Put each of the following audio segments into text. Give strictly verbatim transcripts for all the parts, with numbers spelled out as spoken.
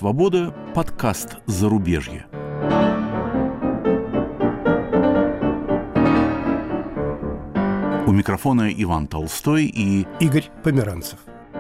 свобода» – подкаст «Зарубежье». У микрофона Иван Толстой и Игорь Померанцев.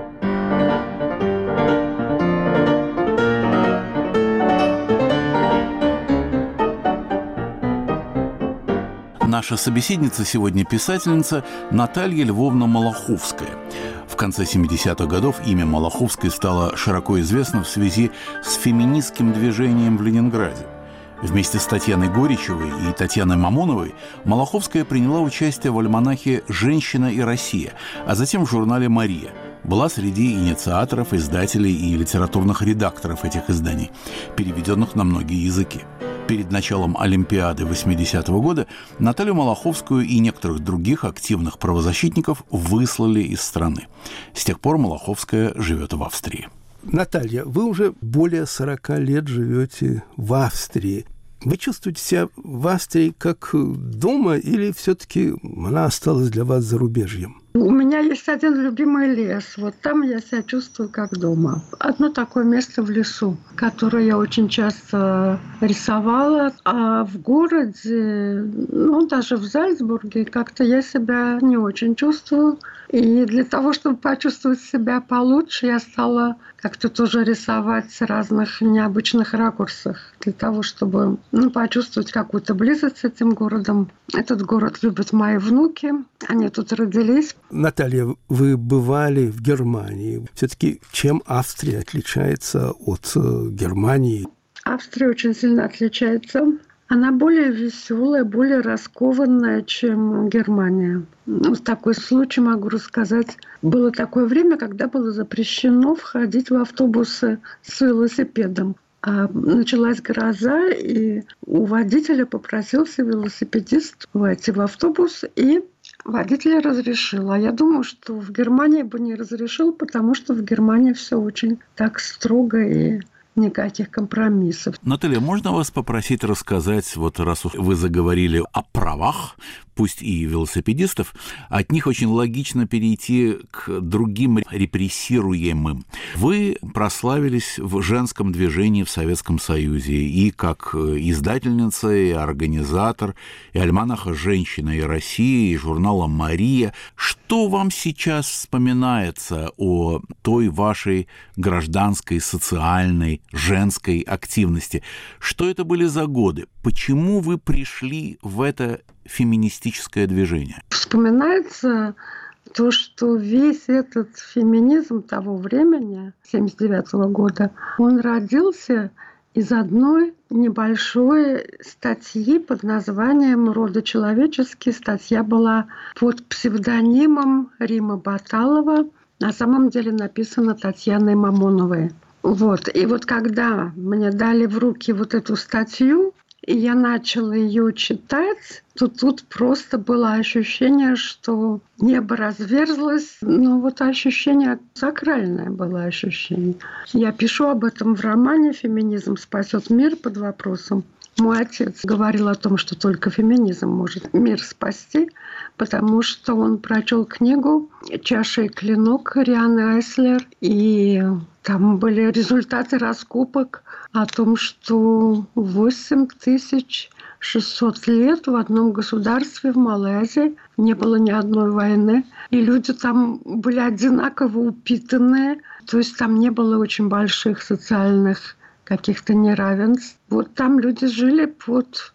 Наша собеседница сегодня писательница Наталья Львовна Малаховская. В конце семидесятых годов имя Малаховской стало широко известно в связи с феминистским движением в Ленинграде. Вместе с Татьяной Горичевой и Татьяной Мамоновой Малаховская приняла участие в альманахе «Женщина и Россия», а затем в журнале «Мария». Была среди инициаторов, издателей и литературных редакторов этих изданий, переведенных на многие языки. Перед началом Олимпиады восьмидесятого года Наталью Малаховскую и некоторых других активных правозащитников выслали из страны. С тех пор Малаховская живет в Австрии. Наталья, вы уже более сорока лет живете в Австрии. Вы чувствуете себя в Австрии как дома или все-таки она осталась для вас зарубежьем? У меня есть один любимый лес. Вот там я себя чувствую как дома. Одно такое место в лесу, которое я очень часто рисовала. А в городе, ну, даже в Зальцбурге, как-то я себя не очень чувствую. И для того, чтобы почувствовать себя получше, я стала как-то тоже рисовать с разных необычных ракурсах. Для того, чтобы ну, почувствовать какую-то близость с этим городом. Этот город любят мои внуки. Они тут родились. Наталья, вы бывали в Германии. Все-таки чем Австрия отличается от Германии? Австрия очень сильно отличается. Она более веселая, более раскованная, чем Германия. Ну, такой случай могу рассказать. Было такое время, когда было запрещено входить в автобусы с велосипедом. А началась гроза, и у водителя попросился велосипедист войти в автобус, и водитель разрешил. А я думаю, что в Германии бы не разрешил, потому что в Германии все очень так строго и никаких компромиссов. Наталья, можно вас попросить рассказать, вот раз вы заговорили о правах, пусть и велосипедистов, от них очень логично перейти к другим репрессируемым. Вы прославились в женском движении в Советском Союзе и как издательница, и организатор, и альманаха «Женщина и Россия», и журнала «Мария». Что вам сейчас вспоминается о той вашей гражданской, социальной, женской активности? Что это были за годы? Почему вы пришли в это феминистическое движение? Вспоминается то, что весь этот феминизм того времени, семьдесят девятого года, он родился из одной небольшой статьи под названием «Роды человеческие». Статья была под псевдонимом Римы Баталова, на самом деле написана Татьяной Мамоновой. Вот. И вот когда мне дали в руки вот эту статью, и я начала ее читать, то тут просто было ощущение, что небо разверзлось. Ну, вот ощущение, сакральное было ощущение. Я пишу об этом в романе «Феминизм спасет мир» под вопросом. Мой отец говорил о том, что только феминизм может мир спасти, потому что он прочел книгу «Чаша и клинок» Рианы Айслер, и там были результаты раскопок о том, что восемь тысяч шестьсот лет в одном государстве в Малайзии не было ни одной войны, и люди там были одинаково упитанные, то есть там не было очень больших социальных каких-то неравенств. Вот там люди жили под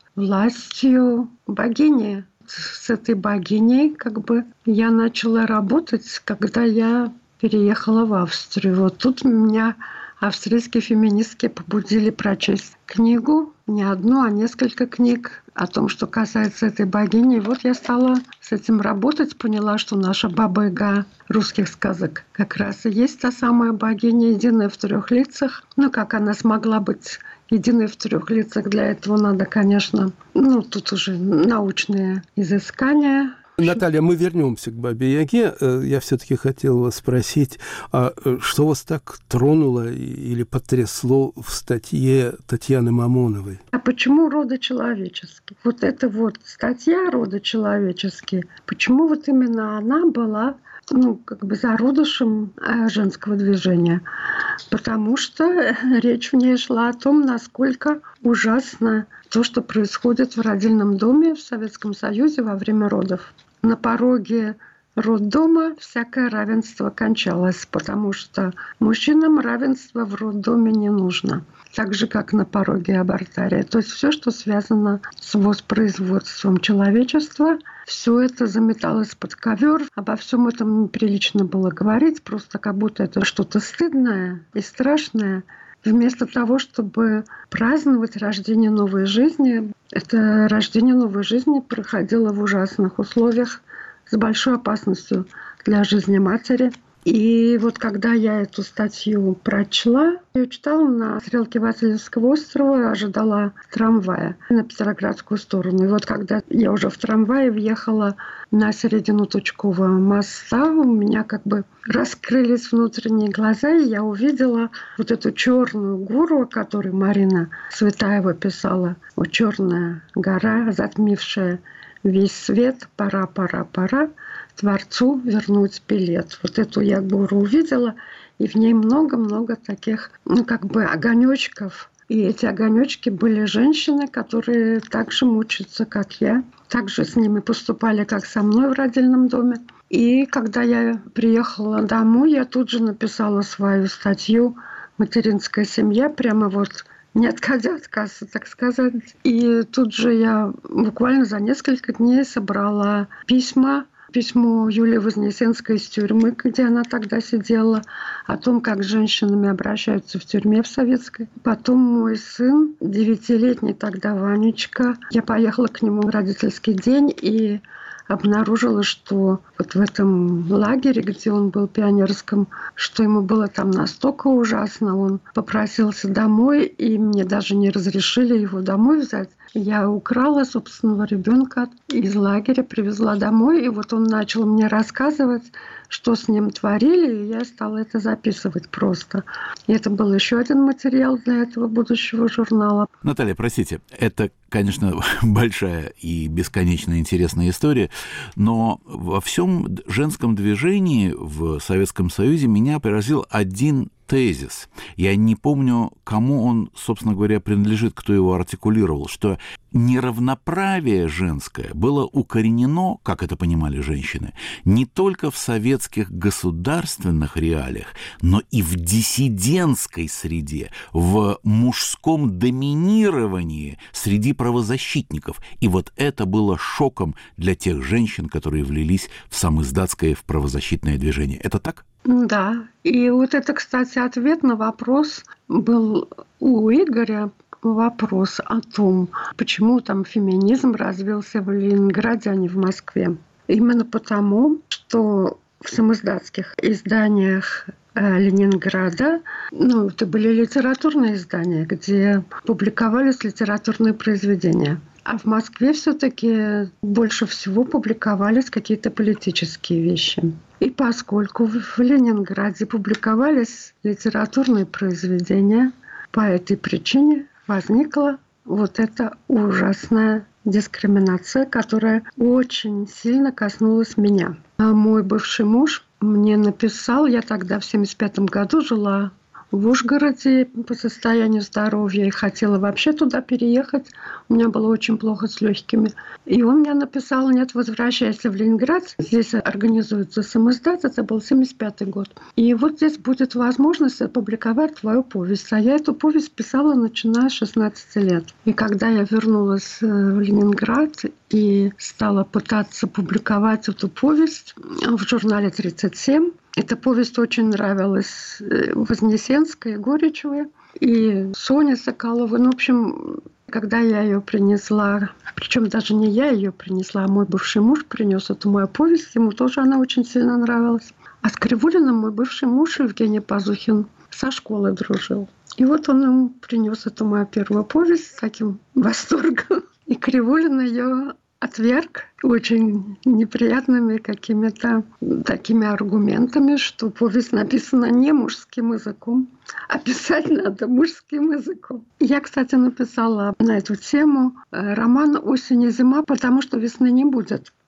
властью богини. С этой богиней как бы я начала работать, когда я переехала в Австрию. Вот тут меня австрийские феминистки побудили прочесть книгу, не одну, а несколько книг о том, что касается этой богини. И вот я стала с этим работать, поняла, что наша Баба-Яга русских сказок как раз и есть та самая богиня, единая в трех лицах. Ну, как она смогла быть единой в трех лицах, для этого надо, конечно, ну, тут уже научные изыскания. Наталья, мы вернемся к Бабе-Яге. Я все-таки хотел вас спросить, а что вас так тронуло или потрясло в статье Татьяны Мамоновой? А почему роды человеческие? Вот эта вот статья «Роды человеческие», почему вот именно она была ну, как бы зародышем женского движения, потому что речь в ней шла о том, насколько ужасно то, что происходит в родильном доме в Советском Союзе во время родов. На пороге роддома всякое равенство кончалось, потому что мужчинам равенство в роддоме не нужно. Так же, как на пороге абортария. То есть все, что связано с воспроизводством человечества, все это заметалось под ковер. Обо всем этом неприлично было говорить, просто как будто это что-то стыдное и страшное. Вместо того, чтобы праздновать рождение новой жизни, это рождение новой жизни проходило в ужасных условиях с большой опасностью для жизни матери. И вот когда я эту статью прочла, я читала на стрелке Васильевского острова, ожидала трамвая на Петроградскую сторону. И вот когда я уже в трамвае въехала на середину Тучкового моста, у меня как бы раскрылись внутренние глаза, и я увидела вот эту черную гору, о которой Марина Цветаева писала. Вот черная гора, затмившая весь свет, пора, пора, пора Творцу вернуть билет. Вот эту я гору увидела, и в ней много-много таких, ну, как бы огонечков. И эти огонечки были женщины, которые так же мучаются, как я. Также с ними поступали, как со мной в родильном доме. И когда я приехала домой, я тут же написала свою статью «Материнская семья», прямо вот не отходя от кассы, так сказать. И тут же я буквально за несколько дней собрала письма, Письмо Юлии Вознесенской из тюрьмы, где она тогда сидела, о том, как с женщинами обращаются в тюрьме в советской. Потом мой сын, девятилетний тогда Ванечка, я поехала к нему в родительский день и обнаружила, что вот в этом лагере, где он был пионерском, что ему было там настолько ужасно. Он попросился домой, и мне даже не разрешили его домой взять. Я украла собственного ребенка из лагеря, привезла домой, и вот он начал мне рассказывать, что с ним творили, и я стала это записывать просто. И это был еще один материал для этого будущего журнала. Наталья, простите, это, конечно, большая и бесконечно интересная история, но во всем женском движении в Советском Союзе меня поразил один тезис. Я не помню, кому он, собственно говоря, принадлежит, кто его артикулировал, что неравноправие женское было укоренено, как это понимали женщины, не только в советских государственных реалиях, но и в диссидентской среде, в мужском доминировании среди правозащитников. И вот это было шоком для тех женщин, которые влились в самиздатское, в правозащитное движение. Это так? Да. И вот это, кстати, ответ на вопрос был у Игоря. Вопрос о том, почему там феминизм развился в Ленинграде, а не в Москве. Именно потому, что в самиздатских изданиях Ленинграда, ну, это были литературные издания, где публиковались литературные произведения. А в Москве все-таки больше всего публиковались какие-то политические вещи. И поскольку в Ленинграде публиковались литературные произведения, по этой причине возникла вот эта ужасная дискриминация, которая очень сильно коснулась меня. А мой бывший муж мне написал, я тогда в семьдесят пятом году жила в Ужгороде по состоянию здоровья и хотела вообще туда переехать. У меня было очень плохо с легкими. И он мне написал: нет, возвращайся в Ленинград. Здесь организуется самиздат. Это был семьдесят пятый год. И вот здесь будет возможность опубликовать твою повесть. А я эту повесть писала, начиная с шестнадцати лет. И когда я вернулась в Ленинград и стала пытаться публиковать эту повесть в журнале «тридцать семь», эта повесть очень нравилась Вознесенской, Горичевой и Соне Соколовой. Ну, в общем, когда я ее принесла, причем даже не я ее принесла, а мой бывший муж принес эту мою повесть, ему тоже она очень сильно нравилась. А с Кривулиным мой бывший муж Евгений Пазухин со школы дружил. И вот он ему принес эту мою первую повесть с таким восторгом. И Кривулин ее отверг очень неприятными какими-то такими аргументами, что повесть написана не мужским языком, а писать надо мужским языком. Я, кстати, написала на эту тему роман «Осень и зима», потому что весны не будет.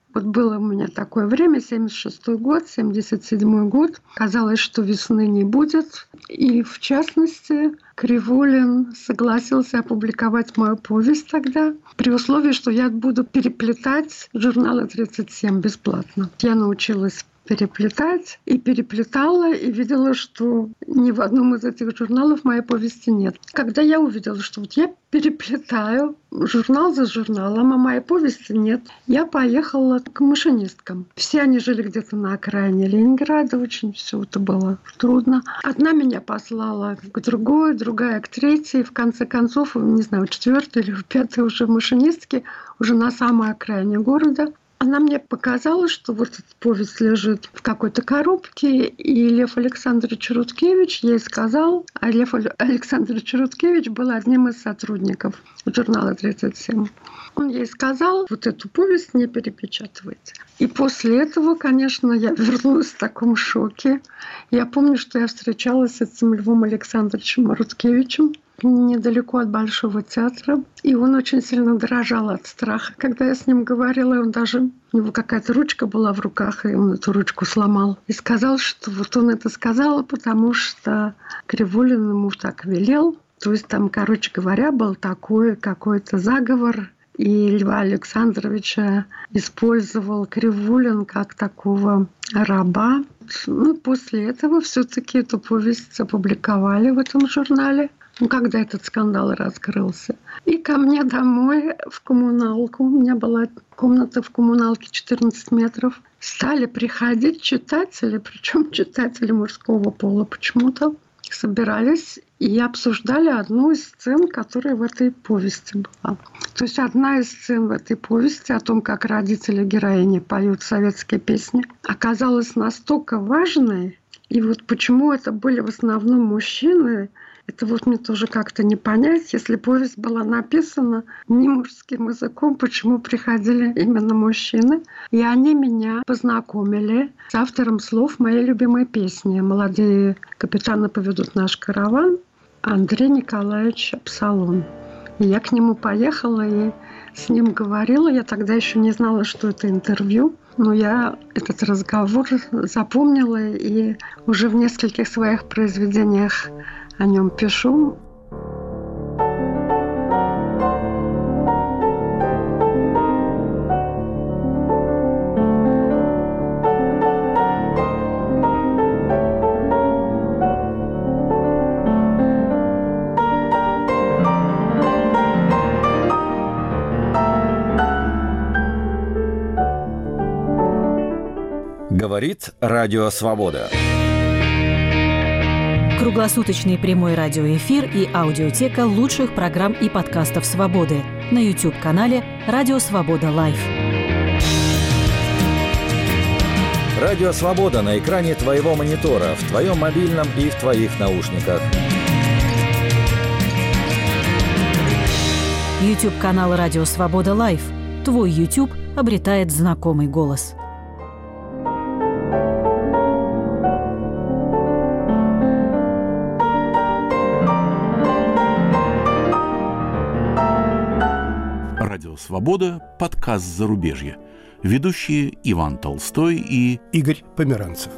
Вот было у меня такое время, семьдесят шестой год, семьдесят седьмой год. Казалось, что весны не будет. И, в частности, Кривулин согласился опубликовать мою повесть тогда, при условии, что я буду переплетать журналы тридцать семь бесплатно. Я научилась переплетать и переплетала, и видела, что ни в одном из этих журналов моей повести нет. Когда я увидела, что вот я переплетаю журнал за журналом, а моей повести нет, я поехала к машинисткам. Все они жили где-то на окраине Ленинграда, очень все это было трудно. Одна меня послала к другой, другая к третьей. В конце концов, не знаю, четвертой или пятой уже машинистки, уже на самой окраине города. Она мне показала, что вот эта повесть лежит в какой-то коробке, и Лев Александрович Рудкевич ей сказал, а Лев Александрович Рудкевич был одним из сотрудников журнала тридцать семь. Он ей сказал, вот эту повесть не перепечатывайте. И после этого, конечно, я вернулась в таком шоке. Я помню, что я встречалась с этим Львом Александровичем Рудкевичем недалеко от Большого театра. И он очень сильно дрожал от страха. Когда я с ним говорила, он даже... У него какая-то ручка была в руках, и он эту ручку сломал. И сказал, что вот он это сказал, потому что Кривулин ему так велел. То есть там, короче говоря, был такой какой-то заговор. И Льва Александровича использовал Кривулин как такого раба. Ну, после этого все-таки эту повесть опубликовали в этом журнале. Ну, когда этот скандал раскрылся. И ко мне домой в коммуналку, у меня была комната в коммуналке четырнадцать метров, стали приходить читатели, причем читатели мужского пола почему-то, собирались и обсуждали одну из сцен, которая в этой повести была. То есть одна из сцен в этой повести о том, как родители героини поют советские песни, оказалась настолько важной. И вот почему это были в основном мужчины, это вот мне тоже как-то не понять. Если повесть была написана не мужским языком, почему приходили именно мужчины? И они меня познакомили с автором слов моей любимой песни «Молодые капитаны поведут наш караван» Андрей Николаевич Апсалон. И я к нему поехала и с ним говорила. Я тогда еще не знала, что это интервью. Но я этот разговор запомнила и уже в нескольких своих произведениях о нем пишу. Говорит Радио Свобода. Круглосуточный прямой радиоэфир и аудиотека лучших программ и подкастов «Свободы» на YouTube-канале «Радио Свобода Лайв». Радио Свобода на экране твоего монитора, в твоем мобильном и в твоих наушниках. YouTube-канал «Радио Свобода Лайв». Твой YouTube обретает знакомый голос. Радио «Свобода», подкаст «Зарубежье». Ведущие Иван Толстой и Игорь Померанцев.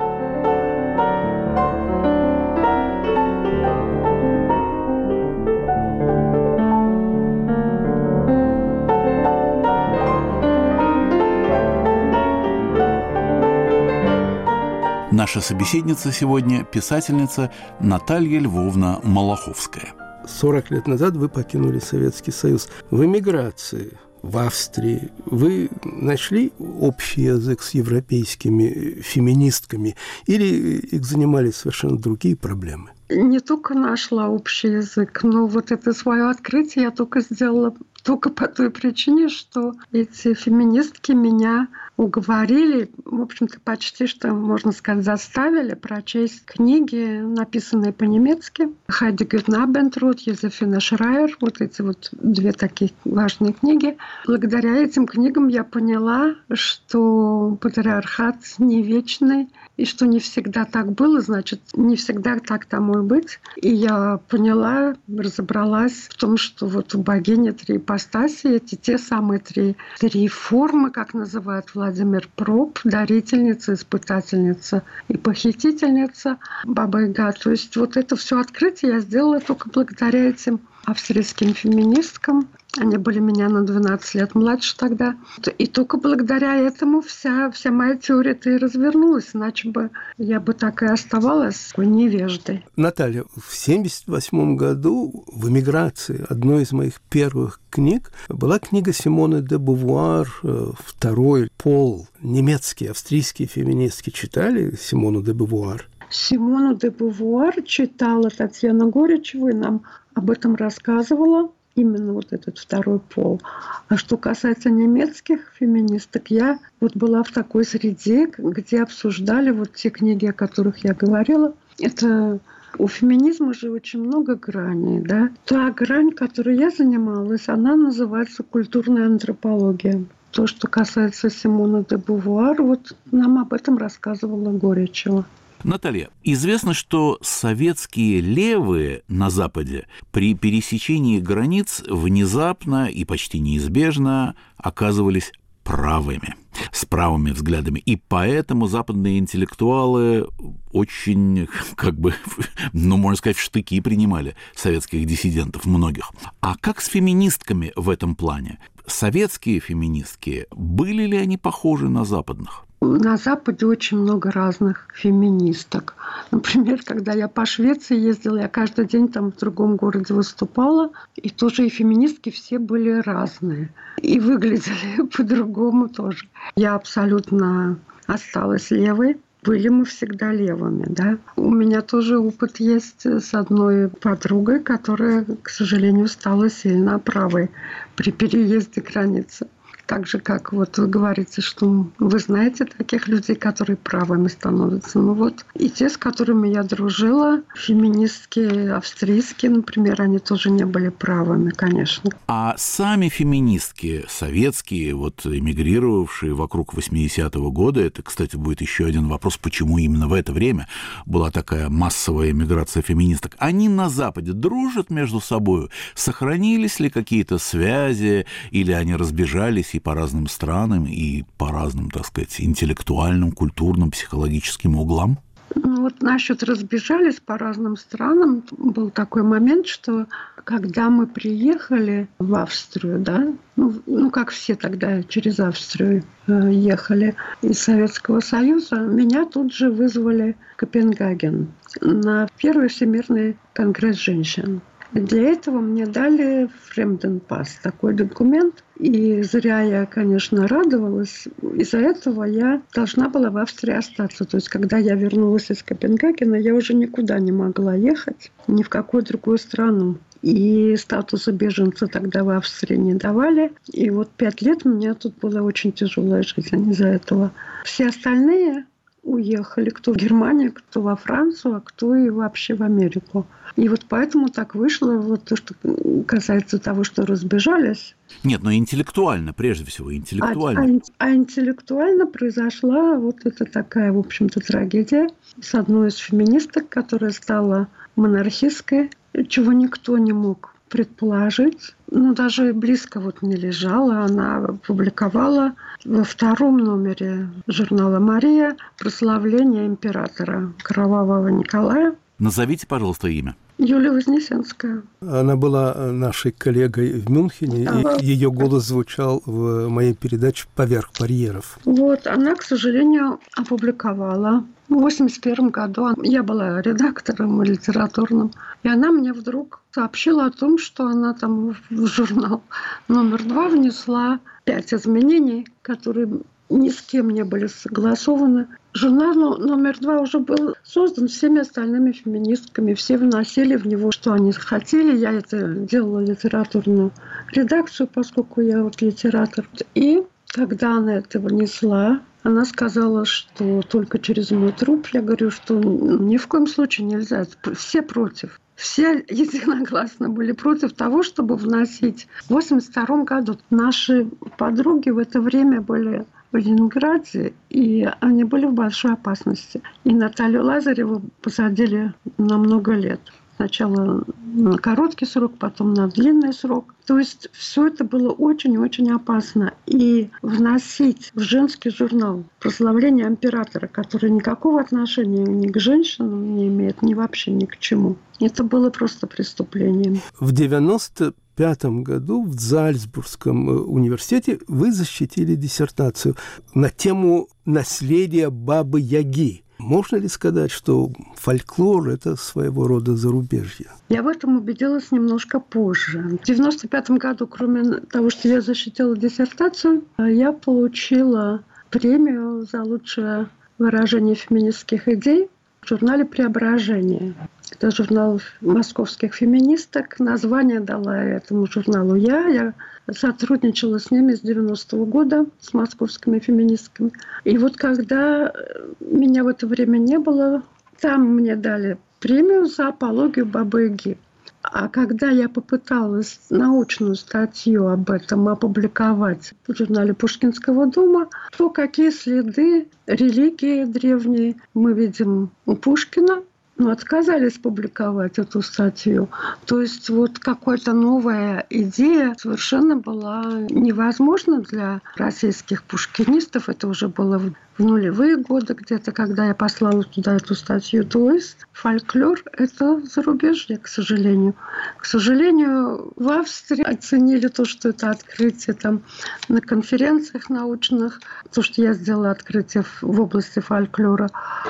Наша собеседница сегодня – писательница Наталья Львовна Малаховская. сорок лет назад вы покинули Советский Союз. В эмиграции, в Австрии, вы нашли общий язык с европейскими феминистками или их занимали совершенно другие проблемы? Не только нашла общий язык, но вот это свое открытие я только сделала только по той причине, что эти феминистки меня уговорили, в общем-то, почти что, можно сказать, заставили прочесть книги, написанные по-немецки. Хайдегер Набентруд, Йозефина Шрайер, вот эти вот две такие важные книги. Благодаря этим книгам я поняла, что патриархат не вечный, и что не всегда так было, значит, не всегда так тому таковой быть. И я поняла, разобралась в том, что вот у богини три ипостаси, эти те самые три, три формы, как называет Владимир Проб, дарительница, испытательница и похитительница, Баба-Яга. То есть вот это все открытие я сделала только благодаря этим австрийским феминисткам. Они были меня на двенадцать лет младше тогда. И только благодаря этому вся, вся моя теория-то и развернулась. Иначе бы я бы так и оставалась такой невеждой. Наталья, в семьдесят восьмом году в эмиграции одной из моих первых книг была книга Симоны де Бувуар «Второй пол». Немецкие, австрийские феминистки читали Симону де Бувуар? Симону де Бувуар читала Татьяна Горячева и нам об этом рассказывала. Именно вот этот второй пол. А что касается немецких феминисток, я вот была в такой среде, где обсуждали вот те книги, о которых я говорила. Это у феминизма же очень много граней, да. Та грань, которой я занималась, она называется культурная антропология. То, что касается Симоны де Бувуар, вот нам об этом рассказывала Горячева. Наталья, известно, что советские левые на Западе при пересечении границ внезапно и почти неизбежно оказывались правыми, с правыми взглядами. И поэтому западные интеллектуалы очень, как бы, ну, можно сказать, в штыки принимали советских диссидентов, многих. А как с феминистками в этом плане? Советские феминистки, были ли они похожи на западных? На Западе очень много разных феминисток. Например, когда я по Швеции ездила, я каждый день там в другом городе выступала, и тоже и феминистки все были разные. И выглядели по-другому тоже. Я абсолютно осталась левой. Были мы всегда левыми, да. У меня тоже опыт есть с одной подругой, которая, к сожалению, стала сильно правой при переезде границы. Так же, как вот вы говорите, что вы знаете таких людей, которые правыми становятся. Ну вот и те, с которыми я дружила, феминистки австрийские, например, они тоже не были правыми, конечно. А сами феминистки советские, вот эмигрировавшие вокруг восьмидесятого года, это, кстати, будет еще один вопрос, почему именно в это время была такая массовая эмиграция феминисток, они на Западе дружат между собой? Сохранились ли какие-то связи, или они разбежались и по разным странам, и по разным, так сказать, интеллектуальным, культурным, психологическим углам? Ну вот насчет разбежались по разным странам, был такой момент, что когда мы приехали в Австрию, да, ну, ну как все тогда через Австрию э, ехали из Советского Союза, меня тут же вызвали в Копенгаген на первый Всемирный конгресс женщин. Для этого мне дали фремденпас, такой документ. И зря я, конечно, радовалась. Из-за этого я должна была в Австрии остаться. То есть, когда я вернулась из Копенгагена, я уже никуда не могла ехать, ни в какую другую страну. И статуса беженца тогда в Австрии не давали. И вот пять лет у меня тут была очень тяжелая жизнь из-за этого. Все остальные уехали, кто в Германию, кто во Францию, а кто и вообще в Америку. И вот поэтому так вышло, вот то, что касается того, что разбежались. Нет, но интеллектуально, прежде всего, интеллектуально. А, а, а интеллектуально произошла вот эта такая, в общем-то, трагедия с одной из феминисток, которая стала монархистской, чего никто не мог предположить. Ну, даже близко вот не лежала. Она опубликовала во втором номере журнала «Мария» прославление императора Кровавого Николая. Назовите, пожалуйста, имя. Юлия Вознесенская. Она была нашей коллегой в Мюнхене, ага. И ее голос звучал в моей передаче «Поверх барьеров». Вот, она, к сожалению, опубликовала. В восемьдесят первом году я была редактором литературным, и она мне вдруг сообщила о том, что она там в журнал номер два внесла пять изменений, которые ни с кем не были согласованы. Журнал номер два уже был создан всеми остальными феминистками. Все вносили в него, что они хотели. Я это делала литературную редакцию, поскольку я вот литератор. И когда она это внесла, она сказала, что только через мой труп. Я говорю, что ни в коем случае нельзя. Все против. Все единогласно были против того, чтобы вносить. В восемьдесят втором году наши подруги в это время были в Ленинграде, и они были в большой опасности. И Наталью Лазареву посадили на много лет. Сначала на короткий срок, потом на длинный срок. То есть все это было очень-очень опасно. И вносить в женский журнал прославление императора, который никакого отношения ни к женщинам не имеет, ни вообще ни к чему, это было просто преступлением. В девяносто пятом году в Зальцбургском университете вы защитили диссертацию на тему наследия Бабы-Яги. Можно ли сказать, что фольклор – это своего рода зарубежье? Я в этом убедилась немножко позже. В девяносто пятом году, кроме того, что я защитила диссертацию, я получила премию за лучшее выражение феминистских идей в журнале «Преображение». Это журнал московских феминисток. Название дала этому журналу я. Я сотрудничала с ними с девяностого года, с московскими феминистками. И вот когда меня в это время не было, там мне дали премию за апологию Бабы-Яги. А когда я попыталась научную статью об этом опубликовать в журнале Пушкинского дома, то какие следы религии древней мы видим у Пушкина, но отказались публиковать эту статью. То есть вот какая-то новая идея совершенно была невозможна для российских пушкинистов. Это уже было в нулевые годы где-то, когда я послала туда эту статью. То есть фольклор – это зарубежье, к сожалению. К сожалению, в Австрии оценили то, что это открытие там на конференциях научных, то, что я сделала открытие в области фольклора.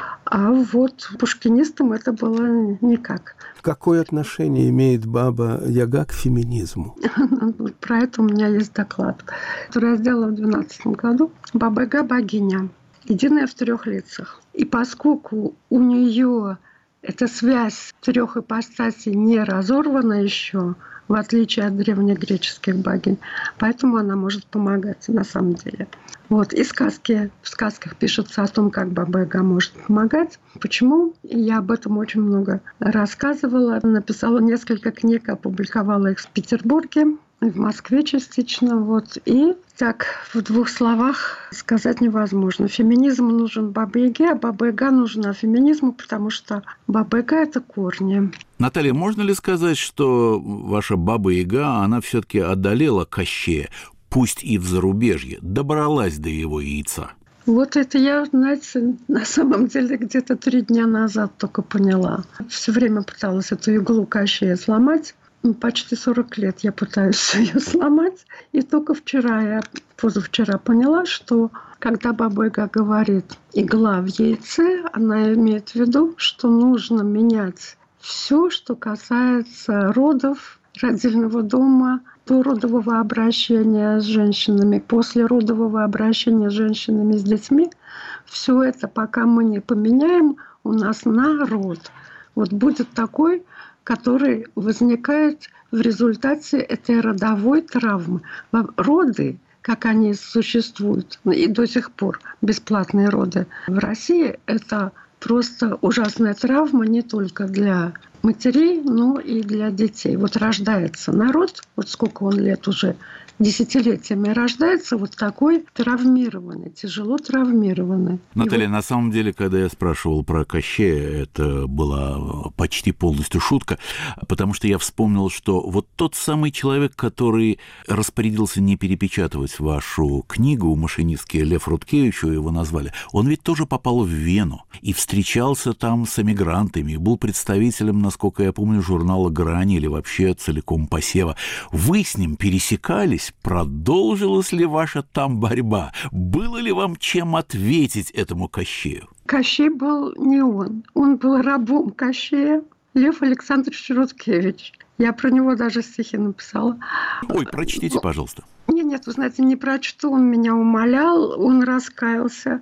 А вот пушкинистам это было никак. Какое отношение имеет Баба-Яга к феминизму? Про это у меня есть доклад, который я сделала в две тысячи двенадцатом году. Баба-Яга – богиня, единая в трех лицах. И поскольку у нее эта связь трех ипостасей не разорвана еще, в отличие от древнегреческих богинь, поэтому она может помогать на самом деле. Вот. И сказки, в сказках пишется о том, как Баба-Яга может помогать. Почему? Я об этом очень много рассказывала. Написала несколько книг, опубликовала их в Петербурге, в Москве частично. Вот. И так, в двух словах сказать невозможно. Феминизм нужен Бабе-Яге, а Баба-Яга нужна феминизму, потому что Баба-Яга – это корни. Наталья, можно ли сказать, что ваша Баба-Яга, она все-таки одолела Кощея, пусть и в зарубежье, добралась до его яйца? Вот это я, знаете, на самом деле где-то три дня назад только поняла. Все время пыталась эту иглу Кощея сломать. Почти сорок лет я пытаюсь ее сломать. И только вчера, я позавчера поняла, что когда Баба-Яга говорит «игла в яйце», она имеет в виду, что нужно менять все, что касается родов, родильного дома, до родового обращения с женщинами, после родового обращения с женщинами, с детьми. Все это, пока мы не поменяем, у нас народ вот будет такой, который возникает в результате этой родовой травмы. Роды, как они существуют, и до сих пор бесплатные роды в России, это просто ужасная травма не только для матерей, но и для детей. Вот рождается народ, вот сколько он лет уже, десятилетиями рождается, вот такой травмированный, тяжело травмированный. Наталья, вот... на самом деле, когда я спрашивал про Кощея, это была почти полностью шутка, потому что я вспомнил, что вот тот самый человек, который распорядился не перепечатывать вашу книгу, машинистки Лев Рудкевич, его назвали, он ведь тоже попал в Вену и встречался там с эмигрантами, и был представителем, насколько я помню, журнала «Грани» или вообще целиком «Посева». Вы с ним пересекались? Продолжилась ли ваша там борьба? Было ли вам чем ответить этому Кощею? Кощей был не он. Он был рабом Кощея, Лев Александрович Рудкевич. Я про него даже стихи написала. Ой, прочтите, пожалуйста. Нет, нет, вы знаете, не прочту. Он меня умолял, он раскаялся.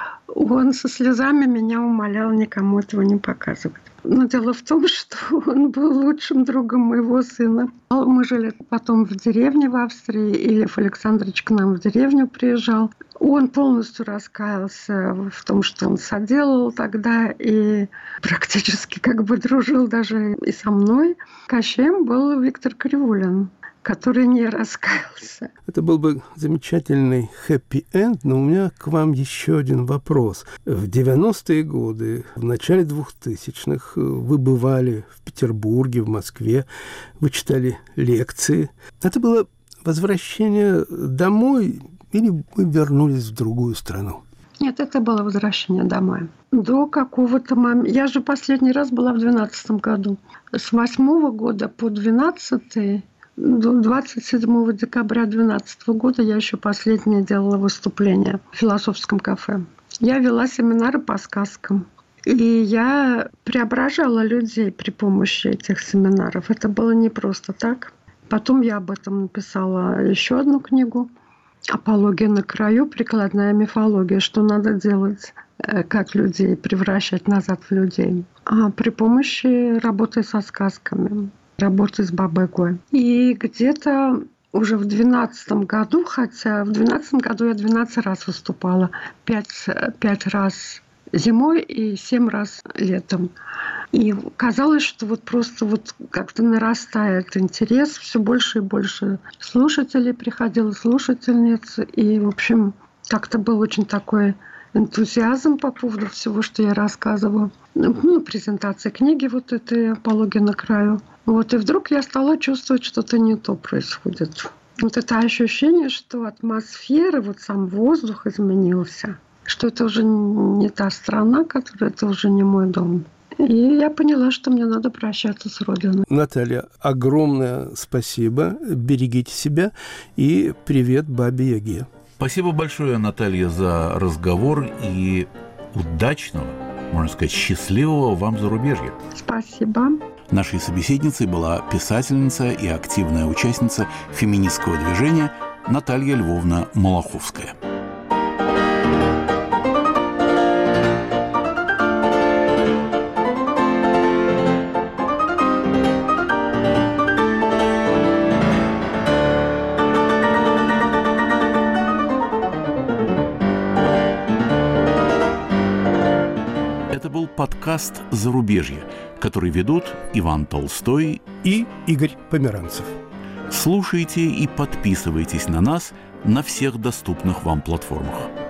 Он со слезами меня умолял никому этого не показывать. Но дело в том, что он был лучшим другом моего сына. Мы жили потом в деревне в Австрии, и Лев Александрович к нам в деревню приезжал. Он полностью раскаялся в том, что он соделал тогда, и практически как бы дружил даже и со мной. Кощеем был Виктор Кривулин. который не раскаялся. Это был бы замечательный хэппи-энд, но у меня к вам еще один вопрос. В девяностые годы, в начале двухтысячных вы бывали в Петербурге, в Москве, вы читали лекции. Это было возвращение домой или вы вернулись в другую страну? Нет, это было возвращение домой. До какого-то момента... Я же последний раз была в двенадцатом году. С восьмого года по двенадцатый, до двадцать седьмого декабря двенадцатого года я еще последнее делала выступление в философском кафе. Я вела семинары по сказкам. И я преображала людей при помощи этих семинаров. Это было не просто так. Потом я об этом написала еще одну книгу. «Апология на краю. Прикладная мифология. Что надо делать, как людей превращать назад в людей». А при помощи работы со сказками, работы с Бабой-Гой. И где-то уже в двенадцатом году, хотя в двенадцатом году я двенадцать раз выступала, пять, пять раз зимой и семь раз летом. И казалось, что вот просто вот как-то нарастает интерес, все больше и больше слушателей приходило, слушательниц. И, в общем, как-то был очень такой энтузиазм по поводу всего, что я рассказываю. Ну, презентация книги вот этой «Апология на краю». Вот, и вдруг я стала чувствовать, что-то не то происходит. Вот это ощущение, что атмосфера, вот сам воздух изменился, что это уже не та страна, которая, это уже не мой дом. И я поняла, что мне надо прощаться с Родиной. Наталья, огромное спасибо. Берегите себя и привет Бабе Яге. Спасибо большое, Наталья, за разговор и удачного, можно сказать, счастливого вам зарубежья. Спасибо. Нашей собеседницей была писательница и активная участница феминистского движения Наталья Львовна Малаховская. Подкаст «Зарубежье», который ведут Иван Толстой и Игорь Померанцев. Слушайте и подписывайтесь на нас на всех доступных вам платформах.